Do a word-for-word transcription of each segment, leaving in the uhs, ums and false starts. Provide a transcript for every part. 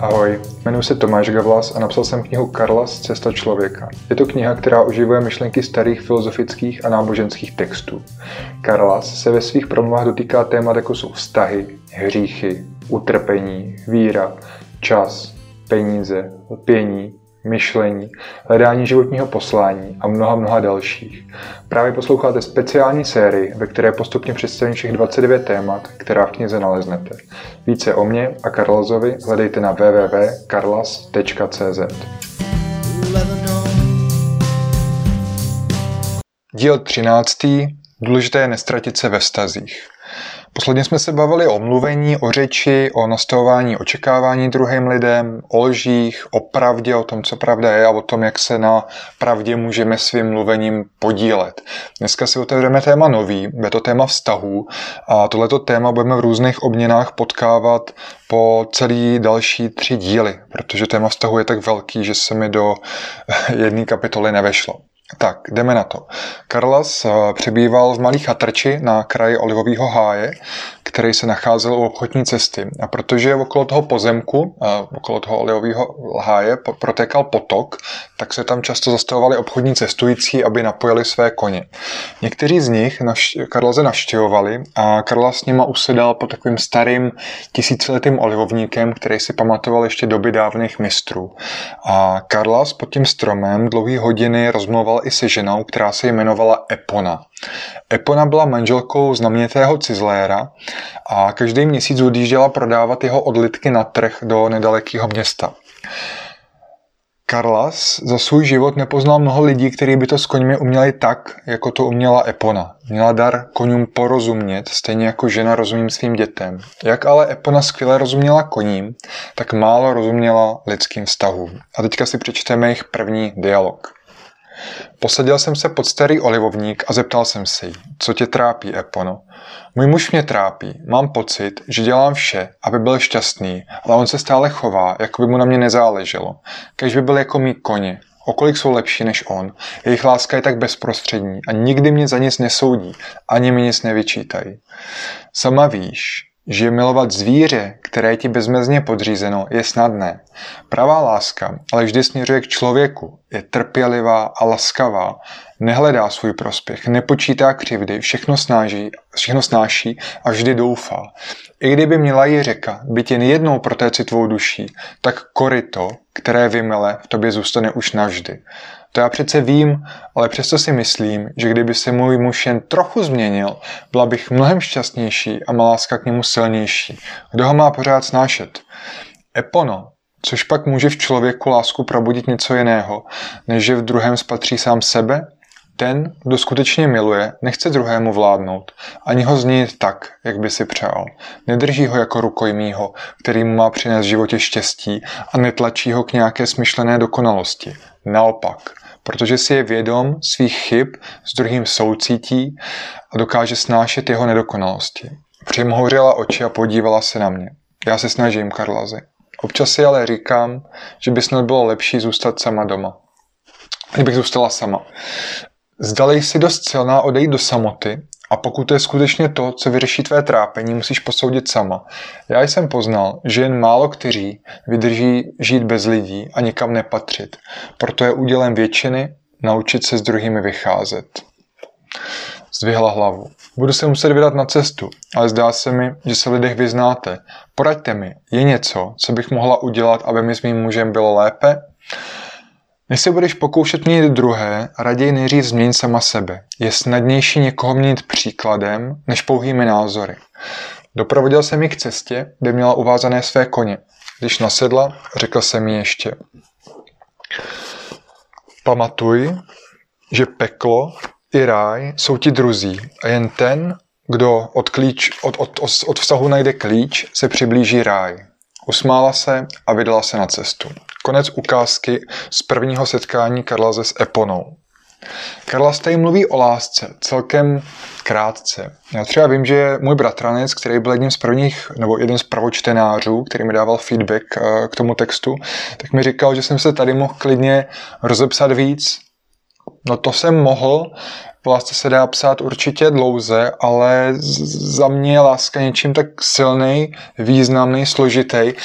Ahoj, jmenuji se Tomáš Gavlas a napsal jsem knihu Karlas, Cesta člověka. Je to kniha, která oživuje myšlenky starých filozofických a náboženských textů. Karlas se ve svých promluvách dotýká témat, jako jsou vztahy, hříchy, utrpení, víra, čas, peníze, lpění, myšlení, hledání životního poslání a mnoha mnoha dalších. Právě posloucháte speciální sérii, ve které postupně představím všech dvacet devět témat, která v knize naleznete. Více o mně a Karlasovi hledejte na w w w tečka karlas tečka c z. Díl třináctý. Důležité je nestratit se ve vztazích. Posledně jsme se bavili o mluvení, o řeči, o nastavování očekávání druhým lidem, o lžích, o pravdě, o tom, co pravda je a o tom, jak se na pravdě můžeme svým mluvením podílet. Dneska si otevřeme téma nový, je to téma vztahů a tohleto téma budeme v různých obměnách potkávat po celý další tři díly, protože téma vztahu je tak velký, že se mi do jedné kapitoly nevešlo. Tak, jdeme na to. Karlas přebýval v malé chatrči na kraji olivového háje, který se nacházel u obchodní cesty. A protože okolo toho pozemku, okolo toho olivového háje protékal potok, tak se tam často zastavovali obchodní cestující, aby napojili své koně. Někteří z nich navš- Karlase navštěvovali a Karlas s nima usedal pod takovým starým tisíciletým olivovníkem, který si pamatoval ještě doby dávných mistrů. A Karlas pod tím stromem dlouhé hodiny rozmluval i se ženou, která se jmenovala Epona. Epona byla manželkou znamenitého cizléra a každý měsíc odjížděla prodávat jeho odlitky na trh do nedalekého města. Karlas za svůj život nepoznal mnoho lidí, kteří by to s koňmi uměli tak, jako to uměla Epona. Měla dar koňům porozumět, stejně jako žena rozumím svým dětem. Jak ale Epona skvěle rozuměla koním, tak málo rozuměla lidským vztahům. A teďka si přečteme jejich první dialog. Posadil jsem se pod starý olivovník a zeptal jsem se jí, co tě trápí, Epono. Můj muž mě trápí, mám pocit, že dělám vše, aby byl šťastný, ale on se stále chová, jako by mu na mě nezáleželo. Kéž by byl jako mý koně, o kolik jsou lepší než on, jejich láska je tak bezprostřední a nikdy mě za nic nesoudí, ani mi nic nevyčítají. Sama víš, že milovat zvíře, které je ti bezmezně podřízeno, je snadné. Pravá láska ale vždy směřuje k člověku, je trpělivá a laskavá, nehledá svůj prospěch, nepočítá křivdy, všechno, snáží, všechno snáší a vždy doufá. I kdyby měla jí řeka, byť jen jednou protéci tvou duší, tak koryto, které vymele, v tobě zůstane už navždy. To já přece vím, ale přesto si myslím, že kdyby se můj muž jen trochu změnil, byla bych mnohem šťastnější a má láska k němu silnější. Kdo ho má pořád snášet? Epono, což pak může v člověku lásku probudit něco jiného, než že v druhém spatří sám sebe? Ten, kdo skutečně miluje, nechce druhému vládnout, ani ho změnit tak, jak by si přál. Nedrží ho jako rukojmího, který mu má přinést v životě štěstí a netlačí ho k nějaké smyšlené dokonalosti. Naopak, protože si je vědom svých chyb, s druhým soucítí a dokáže snášet jeho nedokonalosti. Přimhouřila oči a podívala se na mě. Já se snažím, Karlase. Občas si ale říkám, že by snad bylo lepší zůstat sama doma. Kdybych zůstala sama. Zdali jsi dost silná odejít do samoty a pokud to je skutečně to, co vyřeší tvé trápení, musíš posoudit sama. Já jsem poznal, že jen málo kteří vydrží žít bez lidí a nikam nepatřit. Proto je údělem většiny naučit se s druhými vycházet. Zdvihla hlavu. Budu se muset vydat na cestu, ale zdá se mi, že se v lidech vyznáte. Poraďte mi, je něco, co bych mohla udělat, aby mi s mým mužem bylo lépe? Než se budeš pokoušet měnit druhé, raději nejdřív změň sama sebe. Je snadnější někoho měnit příkladem, než pouhými názory. Doprovodil jsem ji k cestě, kde měla uvázané své koně. Když nasedla, řekl jsem jí ještě. Pamatuj, že peklo i ráj jsou ti druzí a jen ten, kdo od, klíč, od, od, od vztahu najde klíč, se přiblíží ráj. Usmála se a vydala se na cestu. Konec ukázky z prvního setkání Karlase s Eponou. Karlas tady mluví o lásce celkem krátce. Já třeba vím, že můj bratranec, který byl jedním z prvních, nebo jeden z prvočtenářů, který mi dával feedback k tomu textu, tak mi říkal, že jsem se tady mohl klidně rozepsat víc. No to jsem mohl, v lásce se dá psát určitě dlouze, ale za mě je láska něčím tak silnej, významný, složitý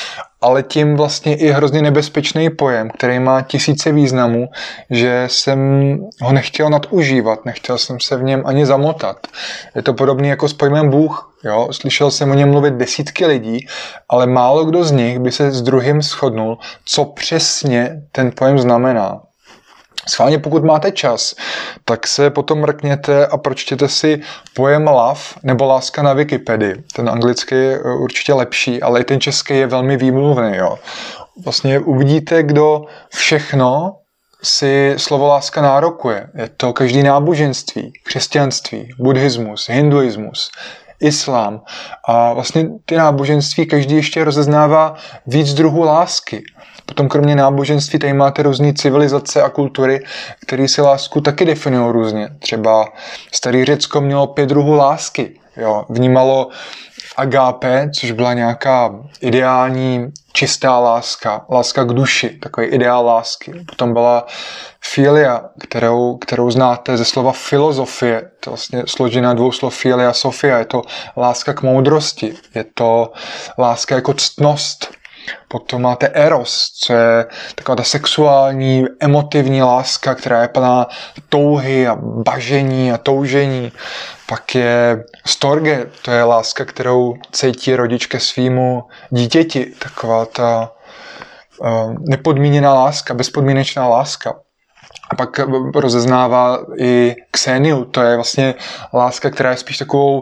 ale tím vlastně i hrozně nebezpečný pojem, který má tisíce významů, že jsem ho nechtěl nadužívat, nechtěl jsem se v něm ani zamotat. Je to podobný jako s pojmem Bůh. Jo? Slyšel jsem o něm mluvit desítky lidí, ale málo kdo z nich by se s druhým shodnul, co přesně ten pojem znamená. Schválně, pokud máte čas, tak se potom mrkněte a pročtěte si pojem love nebo láska na Wikipedii. Ten anglický je určitě lepší, ale i ten český je velmi výmluvný. Jo. Vlastně uvidíte, kdo všechno si slovo láska nárokuje. Je to každý náboženství, křesťanství, buddhismus, hinduismus, islám. A vlastně ty náboženství každý ještě rozeznává víc druhů lásky. Potom kromě náboženství tady máte různé civilizace a kultury, které si lásku taky definují různě. Třeba starý Řecko mělo pět druhů lásky. Jo. Vnímalo agape, což byla nějaká ideální, čistá láska, láska k duši, takový ideál lásky. Potom byla filia, kterou, kterou znáte ze slova filozofie. To je vlastně složená dvou slov filia, sofia. Je to láska k moudrosti, je to láska jako ctnost. Potom máte eros, co je taková ta sexuální, emotivní láska, která je plná touhy a bažení a toužení. Pak je storge, to je láska, kterou cítí rodič ke svýmu dítěti. Taková ta uh, nepodmíněná láska, bezpodmínečná láska. A pak rozeznává i xeniu, to je vlastně láska, která je spíš takovou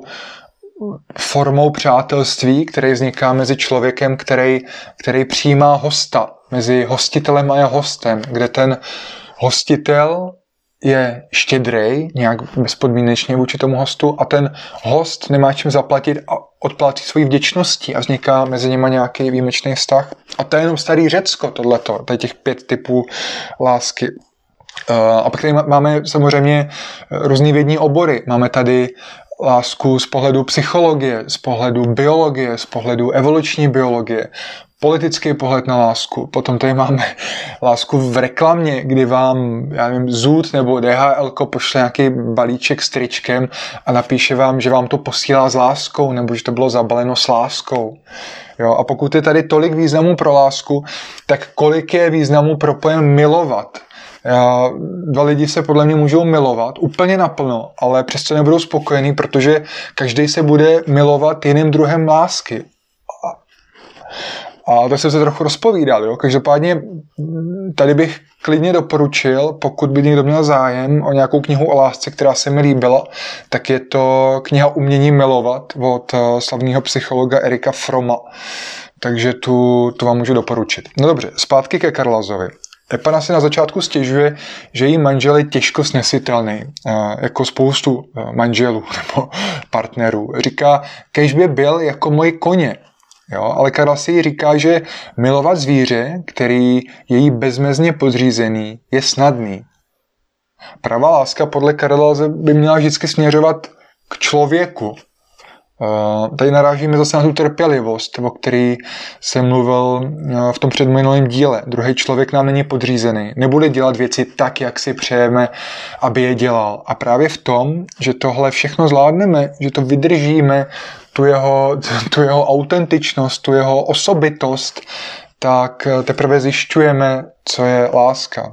formou přátelství, který vzniká mezi člověkem, který, který přijímá hosta, mezi hostitelem a hostem, kde ten hostitel je štědrej, nějak bezpodmínečně vůči tomu hostu a ten host nemá čím zaplatit a odplácí svojí vděčností a vzniká mezi nimi nějaký výjimečný vztah. A to je jenom starý Řecko, tohleto, tady těch pět typů lásky. A pak tady máme samozřejmě různý vědní obory. Máme tady lásku z pohledu psychologie, z pohledu biologie, z pohledu evoluční biologie, politický pohled na lásku. Potom tady máme lásku v reklamě, kdy vám, já nevím, Zoot nebo D H L ko pošle nějaký balíček s tričkem a napíše vám, že vám to posílá s láskou nebo že to bylo zabaleno s láskou. Jo, a pokud je tady tolik významů pro lásku, tak kolik je významů pro pojem milovat? Dva lidi se podle mě můžou milovat úplně naplno, ale přesto nebudou spokojení, protože každý se bude milovat jiným druhem lásky. A to jsem se trochu rozpovídal. Jo? Každopádně tady bych klidně doporučil, pokud by někdo měl zájem o nějakou knihu o lásce, která se mi líbila, tak je to kniha Umění milovat od slavného psychologa Erika Froma. Takže tu, tu vám můžu doporučit. No dobře, zpátky ke Karlazovi. Epana si na začátku stěžuje, že její manžel je těžko snesitelný, jako spoustu manželů nebo partnerů. Říká, kéž by byl jako moji koně. Jo, ale Karla si jí říká, že milovat zvíře, který je jí bezmezně podřízený, je snadný. Pravá láska podle Karla by měla vždycky směřovat k člověku. Tady narážíme zase na tu trpělivost, o který jsem mluvil v tom předminulém díle. Druhý člověk nám není podřízený. Nebude dělat věci tak, jak si přejeme, aby je dělal. A právě v tom, že tohle všechno zvládneme, že to vydržíme, tu jeho, tu jeho autentičnost, tu jeho osobitost, tak teprve zjišťujeme, co je láska.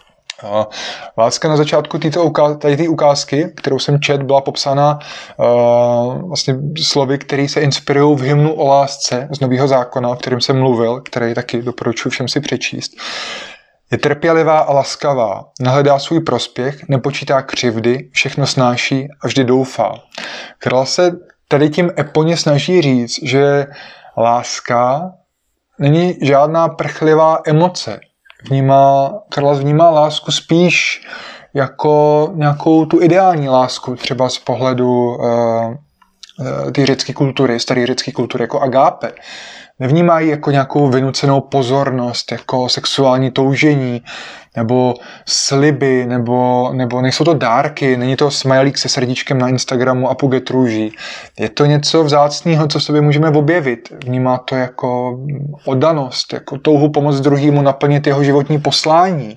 Láska na začátku této ukáz- tady té ukázky, kterou jsem čet, byla popsána uh, vlastně slovy, které se inspirují v hymnu o lásce z Nového zákona, o kterém jsem mluvil, který taky doporučuji všem si přečíst. Je trpělivá a laskavá, nehledá svůj prospěch, nepočítá křivdy, všechno snáší a vždy doufá. Karla se tady tím Eponě snaží říct, že láska není žádná prchlivá emoce. Vnímá, Karla vnímá lásku spíš jako nějakou tu ideální lásku, třeba z pohledu uh, té řecké kultury, staré řecké kultury, jako agápe. Nevnímá ji jako nějakou vynucenou pozornost, jako sexuální toužení, nebo sliby, nebo, nebo nejsou to dárky, není to smajlík se srdíčkem na Instagramu a puget růží. Je to něco vzácného, co sobě můžeme objevit. Vnímá to jako oddanost, jako touhu pomoct druhému naplnit jeho životní poslání.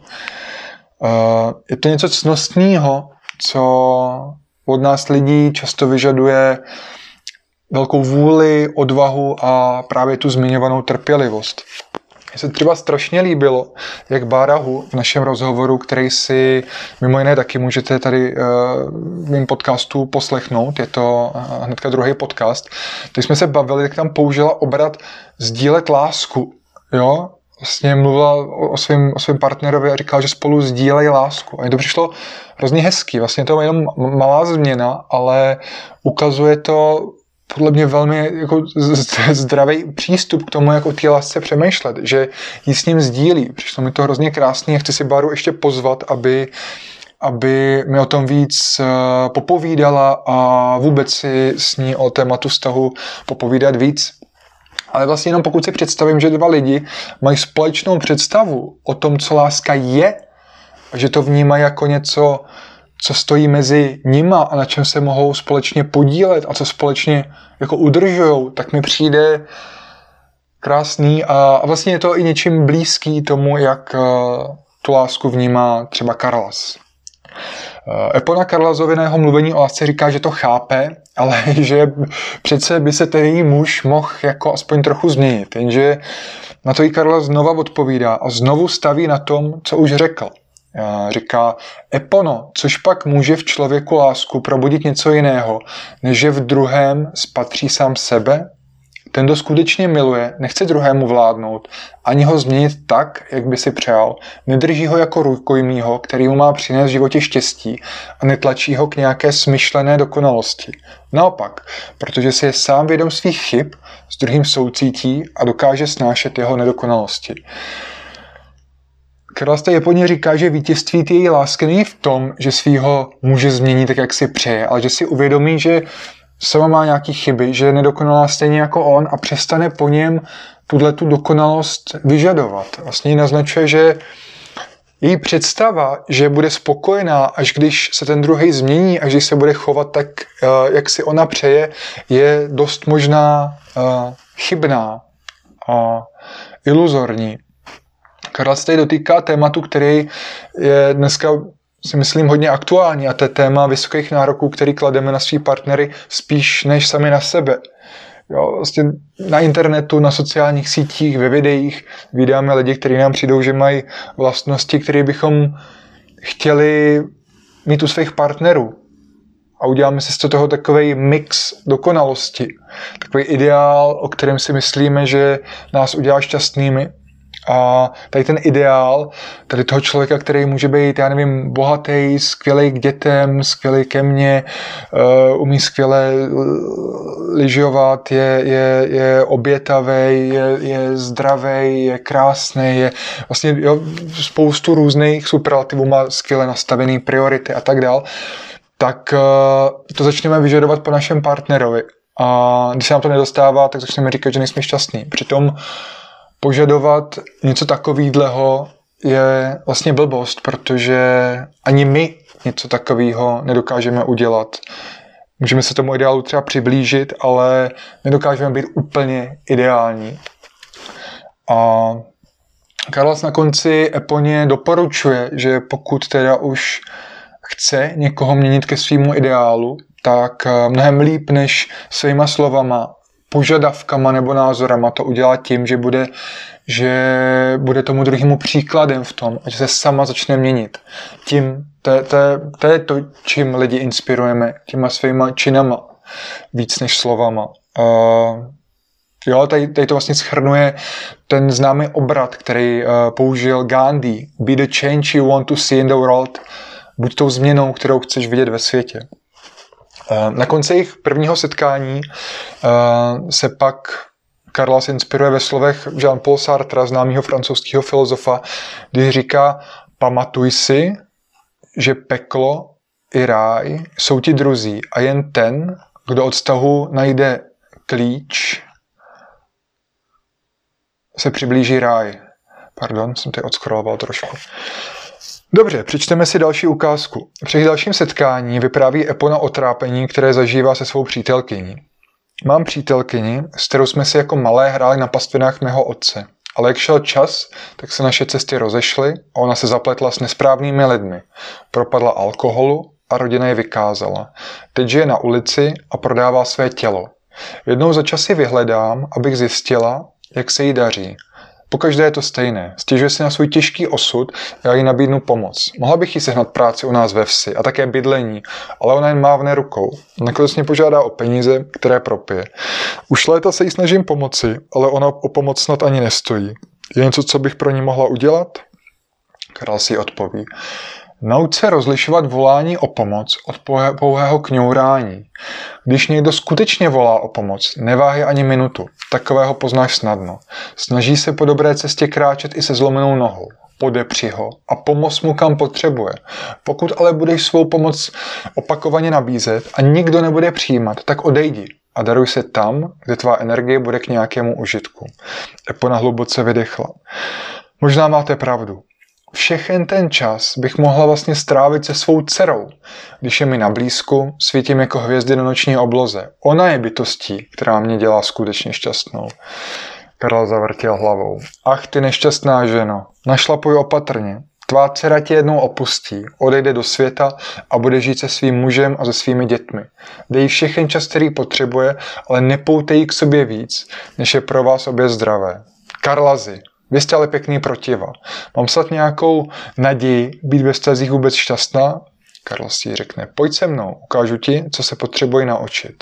Je to něco ctnostného, co od nás lidí často vyžaduje velkou vůli, odvahu a právě tu zmiňovanou trpělivost. Mně se třeba strašně líbilo, jak Bárahu v našem rozhovoru, který si mimo jiné taky můžete tady v mým podcastu poslechnout, je to hnedka druhý podcast, teď jsme se bavili, jak tam použila obrat sdílet lásku, jo? Vlastně mluvila o svém, o svém partnerovi a říkala, že spolu sdílejí lásku. A mně to přišlo hrozně hezký. Vlastně to je jenom malá změna, ale ukazuje to podle mě velmi jako zdravý přístup k tomu, jak o té lásce přemýšlet, že jí s ním sdílí. Přišlo mi to hrozně krásný a chci si Báru ještě pozvat, aby, aby mi o tom víc popovídala a vůbec si s ní o tématu vztahu popovídat víc. Ale vlastně jenom pokud si představím, že dva lidi mají společnou představu o tom, co láska je, a že to vnímají jako něco, co stojí mezi nima a na čem se mohou společně podílet a co společně jako udržujou, tak mi přijde krásný a vlastně je to i něčím blízký tomu, jak tu lásku vnímá třeba Carlas. Epona Carlasovi na jeho mluvení o lásce říká, že to chápe, ale že přece by se ten její muž mohl jako aspoň trochu změnit. Jenže na to jí Carlas znova odpovídá a znovu staví na tom, co už řekl. Říká, Epono, což pak může v člověku lásku probudit něco jiného, než že v druhém spatří sám sebe? Ten, kdo skutečně miluje, nechce druhému vládnout, ani ho změnit tak, jak by si přál. Nedrží ho jako rukojmího, který mu má přinést v životě štěstí a netlačí ho k nějaké smyšlené dokonalosti. Naopak, protože si je sám vědom svých chyb, s druhým soucítí a dokáže snášet jeho nedokonalosti. Carlas té Japoně říká, že vítězství té její lásky není v tom, že svýho muže změní tak, jak si přeje, ale že si uvědomí, že sama má nějaký chyby, že je nedokonalá stejně jako on a přestane po něm tuhletu dokonalost vyžadovat. Vlastně jí naznačuje, že její představa, že bude spokojená, až když se ten druhej změní, až když se bude chovat tak, jak si ona přeje, je dost možná chybná a iluzorní. Carlas tady dotýká tématu, který je dneska, si myslím, hodně aktuální, a to je téma vysokých nároků, který klademe na svý partnery spíš než sami na sebe. Jo, vlastně na internetu, na sociálních sítích, ve videích vydáme lidi, kteří nám přijdou, že mají vlastnosti, které bychom chtěli mít u svých partnerů. A uděláme si z toho takový mix dokonalosti. Takový ideál, o kterém si myslíme, že nás udělá šťastnými. A tady ten ideál, tady toho člověka, který může být, já nevím, bohatý, skvělej k dětem, skvělej ke mně, uh, umí skvěle lyžovat, je, je, je obětavej, je, je zdravej, je krásný, je vlastně jo, spoustu různých superlativů, má skvěle nastavený priority a tak dál, tak uh, to začneme vyžadovat po našem partnerovi. A když se nám to nedostává, tak začneme říkat, že nejsme šťastní. Přitom požadovat něco takového je vlastně blbost, protože ani my něco takového nedokážeme udělat. Můžeme se tomu ideálu třeba přiblížit, ale nedokážeme být úplně ideální. A Carlas na konci Eponě doporučuje, že pokud teda už chce někoho měnit ke svému ideálu, tak mnohem líp než svýma slovama, požadavkama nebo názorama to udělá tím, že bude, že bude tomu druhému příkladem v tom a že se sama začne měnit. Tím, to, to, to je to, čím lidi inspirujeme, těma svýma činama, víc než slovama. Uh, jo, tady, tady to vlastně shrnuje ten známý obrat, který uh, použil Gandhi. Be the change you want to see in the world. Buď tou změnou, kterou chceš vidět ve světě. Na konci jejich prvního setkání se pak Carlas inspiruje ve slovech Jean-Paul Sartra, známého francouzského filozofa, když říká, pamatuj si, že peklo i ráj jsou ti druzí a jen ten, kdo od vztahu najde klíč, se přiblíží ráj. Pardon, jsem tady odskroloval trošku. Dobře, přečteme si další ukázku. Při dalším setkání vypráví Epona o trápení, které zažívá se svou přítelkyní. Mám přítelkyni, s kterou jsme si jako malé hráli na pastvinách mého otce. Ale jak šel čas, tak se naše cesty rozešly a ona se zapletla s nesprávnými lidmi. Propadla alkoholu a rodina je vykázala. Teď žije na ulici a prodává své tělo. Jednou za čas ji vyhledám, abych zjistila, jak se jí daří. Pokaždé je to stejné. Stěžuje si na svůj těžký osud a já jí nabídnu pomoc. Mohla bych jí sehnat práci u nás ve vsi a také bydlení, ale ona jen mávne rukou. Nakonec mě požádá o peníze, které propije. Už léta se jí snažím pomoci, ale ona o pomoc snad ani nestojí. Je něco, co bych pro ní mohla udělat? Karel si odpoví. Nauč se rozlišovat volání o pomoc od pouhého kňourání. Když někdo skutečně volá o pomoc, neváhej ani minutu. Takového poznáš snadno. Snaží se po dobré cestě kráčet i se zlomenou nohou. Podepři ho a pomoz mu kam potřebuje. Pokud ale budeš svou pomoc opakovaně nabízet a nikdo nebude přijímat, tak odejdi a daruj se tam, kde tvá energie bude k nějakému užitku. Epona hluboce vydechla. Možná máte pravdu. Všechen ten čas bych mohla vlastně strávit se svou dcerou. Když je mi na blízku, svítím jako hvězdy na noční obloze. Ona je bytostí, která mě dělá skutečně šťastnou. Karel zavrtěl hlavou. Ach, ty nešťastná ženo, našlapuj opatrně. Tvá dcera tě jednou opustí, odejde do světa a bude žít se svým mužem a se svými dětmi. Dej jí všechen čas, který potřebuje, ale nepoutej jí k sobě víc, než je pro vás obě zdravé. Karlazi, vy jste ale pěkný protiva. Mám snad nějakou naději být ve vztazích vůbec šťastná? Karel si řekne, pojď se mnou, ukážu ti, co se potřebuje naučit.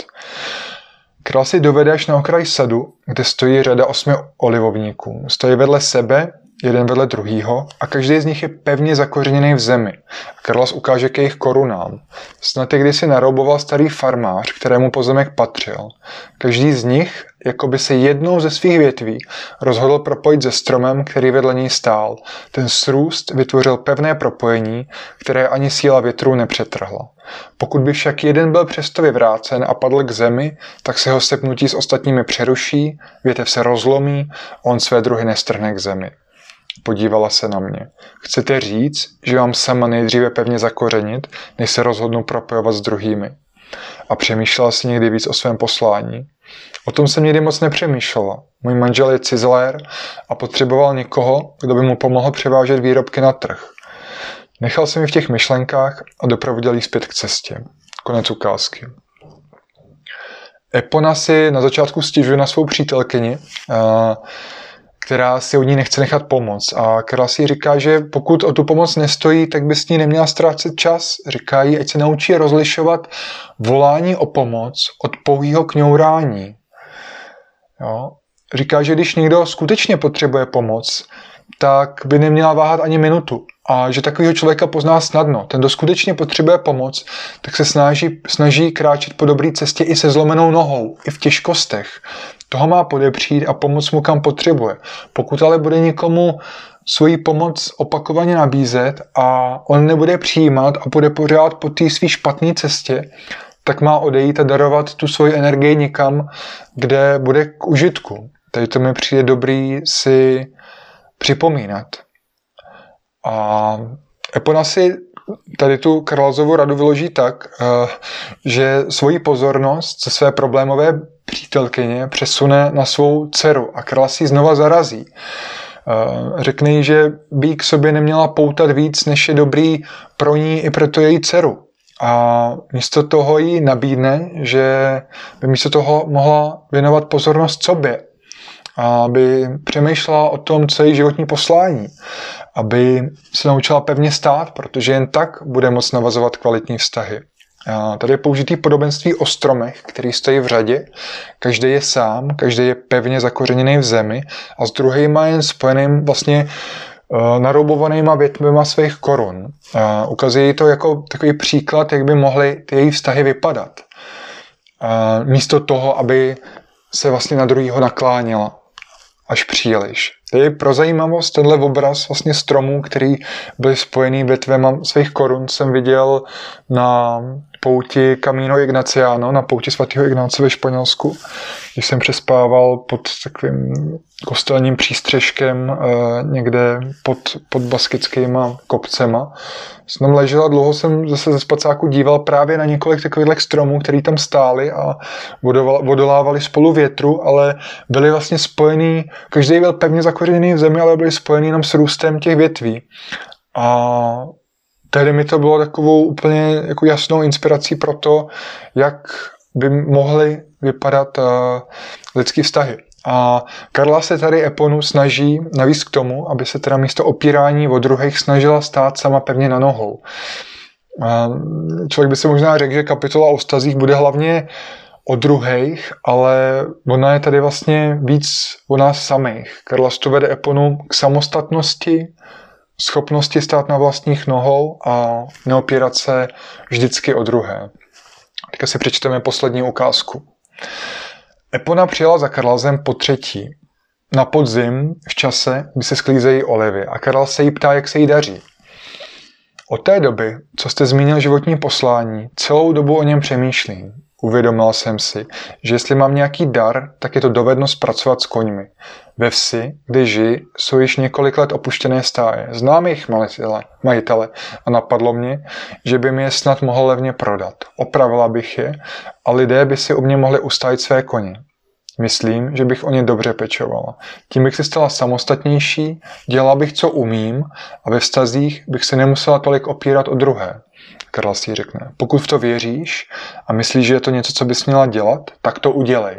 Karel si dovede až na okraj sadu, kde stojí řada osmi olivovníků. Stojí vedle sebe, jeden vedle druhýho a každý z nich je pevně zakořeněný v zemi. Karlas ukáže k jejich korunám. Snad je kdysi narouboval starý farmář, kterému pozemek patřil. Každý z nich, jako by se jednou ze svých větví, rozhodl propojit se stromem, který vedle něj stál. Ten srůst vytvořil pevné propojení, které ani síla větru nepřetrhla. Pokud by však jeden byl přesto vyvrácen a padl k zemi, tak se ho sepnutí s ostatními přeruší, větev se rozlomí a on své druhy nestrhne k zemi. Podívala se na mě. Chcete říct, že mám sama nejdříve pevně zakořenit, než se rozhodnu propojovat s druhými? A přemýšlela si někdy víc o svém poslání? O tom jsem někdy moc nepřemýšlela. Můj manžel je cizelér a potřeboval někoho, kdo by mu pomohl převážet výrobky na trh. Nechal jsem ji v těch myšlenkách a doprovodil ji zpět k cestě. Konec ukázky. Epona si na začátku stěžuje na svou přítelkyni, která si od ní nechce nechat pomoct. A Karel si říká, že pokud o tu pomoc nestojí, tak by s ní neměla ztrácet čas. Říká jí, ať se naučí rozlišovat volání o pomoc od pouhého kňourání. Jo? Říká, že když někdo skutečně potřebuje pomoc, tak by neměla váhat ani minutu. A že takového člověka pozná snadno. Ten, kdo skutečně potřebuje pomoc, tak se snaží, snaží kráčet po dobré cestě i se zlomenou nohou, i v těžkostech. Toho má podepřít a pomoct mu kam potřebuje. Pokud ale bude někomu svoji pomoc opakovaně nabízet a on nebude přijímat a bude pořád po té své špatné cestě, tak má odejít a darovat tu svoji energii někam, kde bude k užitku. Tady to mi přijde dobrý si připomínat. A Epona si tady tu Karlazovu radu vyloží tak, že svoji pozornost ze své problémové přítelkyně přesune na svou dceru a Karlas ji znova zarazí. Řekne jí, že by jí k sobě neměla poutat víc, než je dobrý pro ní i pro to její dceru. A místo toho jí nabídne, že by místo toho mohla věnovat pozornost sobě. Aby přemýšlela o tom, co je její životní poslání. Aby se naučila pevně stát, protože jen tak bude moct navazovat kvalitní vztahy. A tady je použitý podobenství o stromech, který stojí v řadě. Každý je sám, každý je pevně zakořeněný v zemi a s druhýma jen spojeným vlastně naroubovanýma větvema svých korun. A ukazuje to jako takový příklad, jak by mohly ty její vztahy vypadat. A místo toho, aby se vlastně na druhýho nakláněla až příliš. Tady pro zajímavost tenhle obraz vlastně stromů, který byly spojený větvema svých korun, jsem viděl na pouti Camino Ignaciano, na pouti svatého Ignáce ve Španělsku, když jsem přespával pod takovým kostelním přístřeškem eh, někde pod, pod baskickýma kopcema. Jsem tam ležel a dlouho jsem zase ze spacáku díval právě na několik takových stromů, který tam stály a vodolávali spolu větru, ale byli vlastně spojený, každý byl pevně zakořeněný v zemi, ale byli spojený jenom s růstem těch větví. A tehdy mi to bylo takovou úplně jako jasnou inspirací pro to, jak by mohly vypadat uh, lidský vztahy. A Karla se tady Eponu snaží navíc k tomu, aby se teda místo opírání o druhých snažila stát sama pevně na nohou. Člověk by si možná řekl, že kapitola o vztazích bude hlavně o druhých, ale ona je tady vlastně víc o nás samých. Karla tu vede Eponu k samostatnosti, schopnosti stát na vlastních nohou a neopírat se vždycky o druhé. Teďka si přečteme poslední ukázku. Epona přijela za Karlazem po třetí. Na podzim, v čase, kdy se sklízejí olivy a Karel se jí ptá, jak se jí daří. Od té doby, co jste zmínil životní poslání, celou dobu o něm přemýšlím. Uvědomil jsem si, že jestli mám nějaký dar, tak je to dovednost pracovat s koňmi. Ve vsi, kde žijí, jsou již několik let opuštěné stáje. Znám jejich majitele, majitele a napadlo mě, že by mi je snad mohl levně prodat. Opravila bych je a lidé by si u mě mohli ustájit své koně. Myslím, že bych o ně dobře pečovala. Tím bych se stala samostatnější, dělala bych, co umím a ve vztazích bych se nemusela tolik opírat o druhé. Karla si řekne, pokud v to věříš a myslíš, že je to něco, co bys měla dělat, tak to udělej.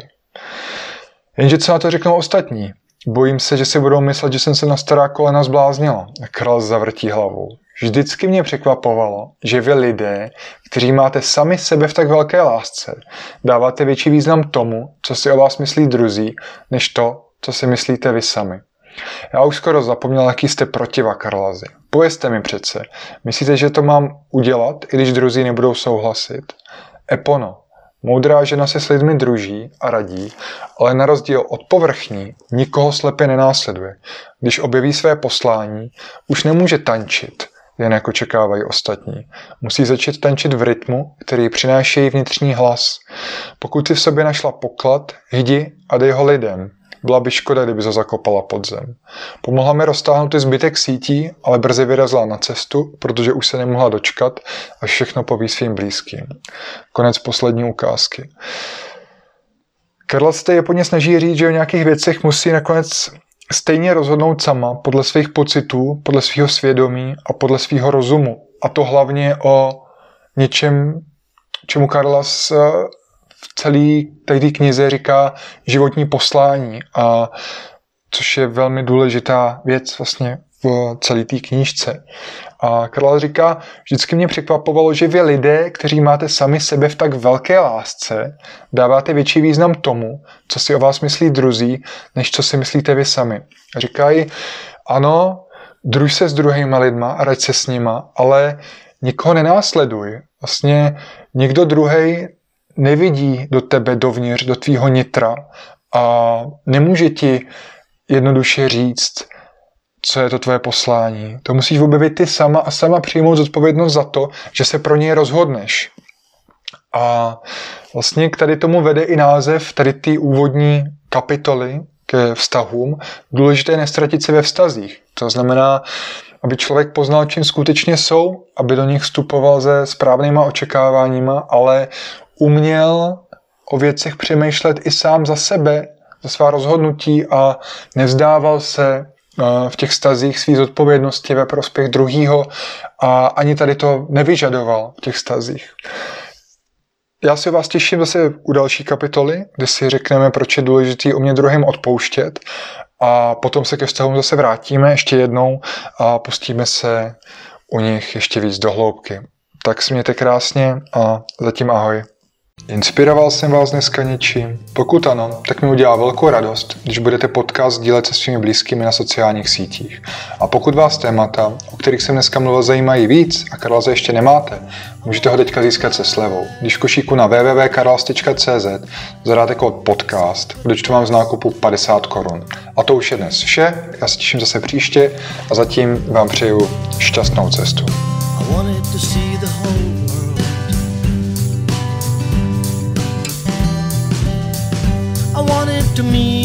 Jenže co na to řeknou ostatní? Bojím se, že si budou myslet, že jsem se na stará kolena zbláznila. Karel zavrtí hlavou. Vždycky mě překvapovalo, že vy lidé, kteří máte sami sebe v tak velké lásce, dáváte větší význam tomu, co si o vás myslí druzí, než to, co si myslíte vy sami. Já už skoro zapomněl, jaký jste protiva, Karlazi. Povězte mi přece, myslíte, že to mám udělat, i když druzí nebudou souhlasit? Epono, moudrá žena se s lidmi druží a radí, ale na rozdíl od povrchní nikoho slepě nenásleduje. Když objeví své poslání, už nemůže tančit, jen jako čekávají ostatní. Musí začít tančit v rytmu, který přináší její vnitřní hlas. Pokud si v sobě našla poklad, jdi a dej ho lidem. Byla by škoda, kdyby se zakopala pod zem. Pomohla mi roztáhnout i zbytek sítí, ale brzy vyrazila na cestu, protože už se nemohla dočkat, až všechno poví svým blízkým. Konec poslední ukázky. Karla se je po ně snaží říct, že o nějakých věcech musí nakonec stejně rozhodnout sama, podle svých pocitů, podle svého svědomí a podle svého rozumu. A to hlavně o něčem, čemu Karla v celé té knize říká životní poslání, a což je velmi důležitá věc vlastně v celé té knížce. A Karla říká, vždycky mě překvapovalo, že vy lidé, kteří máte sami sebe v tak velké lásce, dáváte větší význam tomu, co si o vás myslí druzí, než co si myslíte vy sami. Říkají, ano, druž se s druhýma lidma a raď se s nima, ale nikoho nenásleduj. Vlastně někdo druhý nevidí do tebe dovnitř, do tvýho nitra a nemůže ti jednoduše říct, co je to tvoje poslání. To musíš objevit ty sama a sama přijmout zodpovědnost za to, že se pro něj rozhodneš. A vlastně k tady tomu vede i název tady ty úvodní kapitoly ke vztahům. Důležité je nestratit se ve vztazích. To znamená, aby člověk poznal, čím skutečně jsou, aby do nich vstupoval se správnýma očekáváníma, ale uměl o věcech přemýšlet i sám za sebe, za svá rozhodnutí a nevzdával se v těch vztazích svý zodpovědnosti ve prospěch druhýho a ani tady to nevyžadoval v těch vztazích. Já si vás těším zase u další kapitoly, kde si řekneme, proč je důležitý umět druhým odpouštět, a potom se ke vztahům zase vrátíme ještě jednou a pustíme se u nich ještě víc do hloubky. Tak se mějte krásně a zatím ahoj. Inspiroval jsem vás dneska něčím? Pokud ano, tak mi udělá velkou radost, když budete podcast sdílet se svými blízkými na sociálních sítích. A pokud vás témata, o kterých jsem dneska mluvil, zajímají víc a Karlaze ještě nemáte, můžete ho teďka získat se slevou. Když v košíku na w w w tečka karlas tečka c z zadáte kód podcast, odečtu vám z nákupu padesát korun. A to už je dnes vše, já se těším zase příště a zatím vám přeju šťastnou cestu. I wanted to meet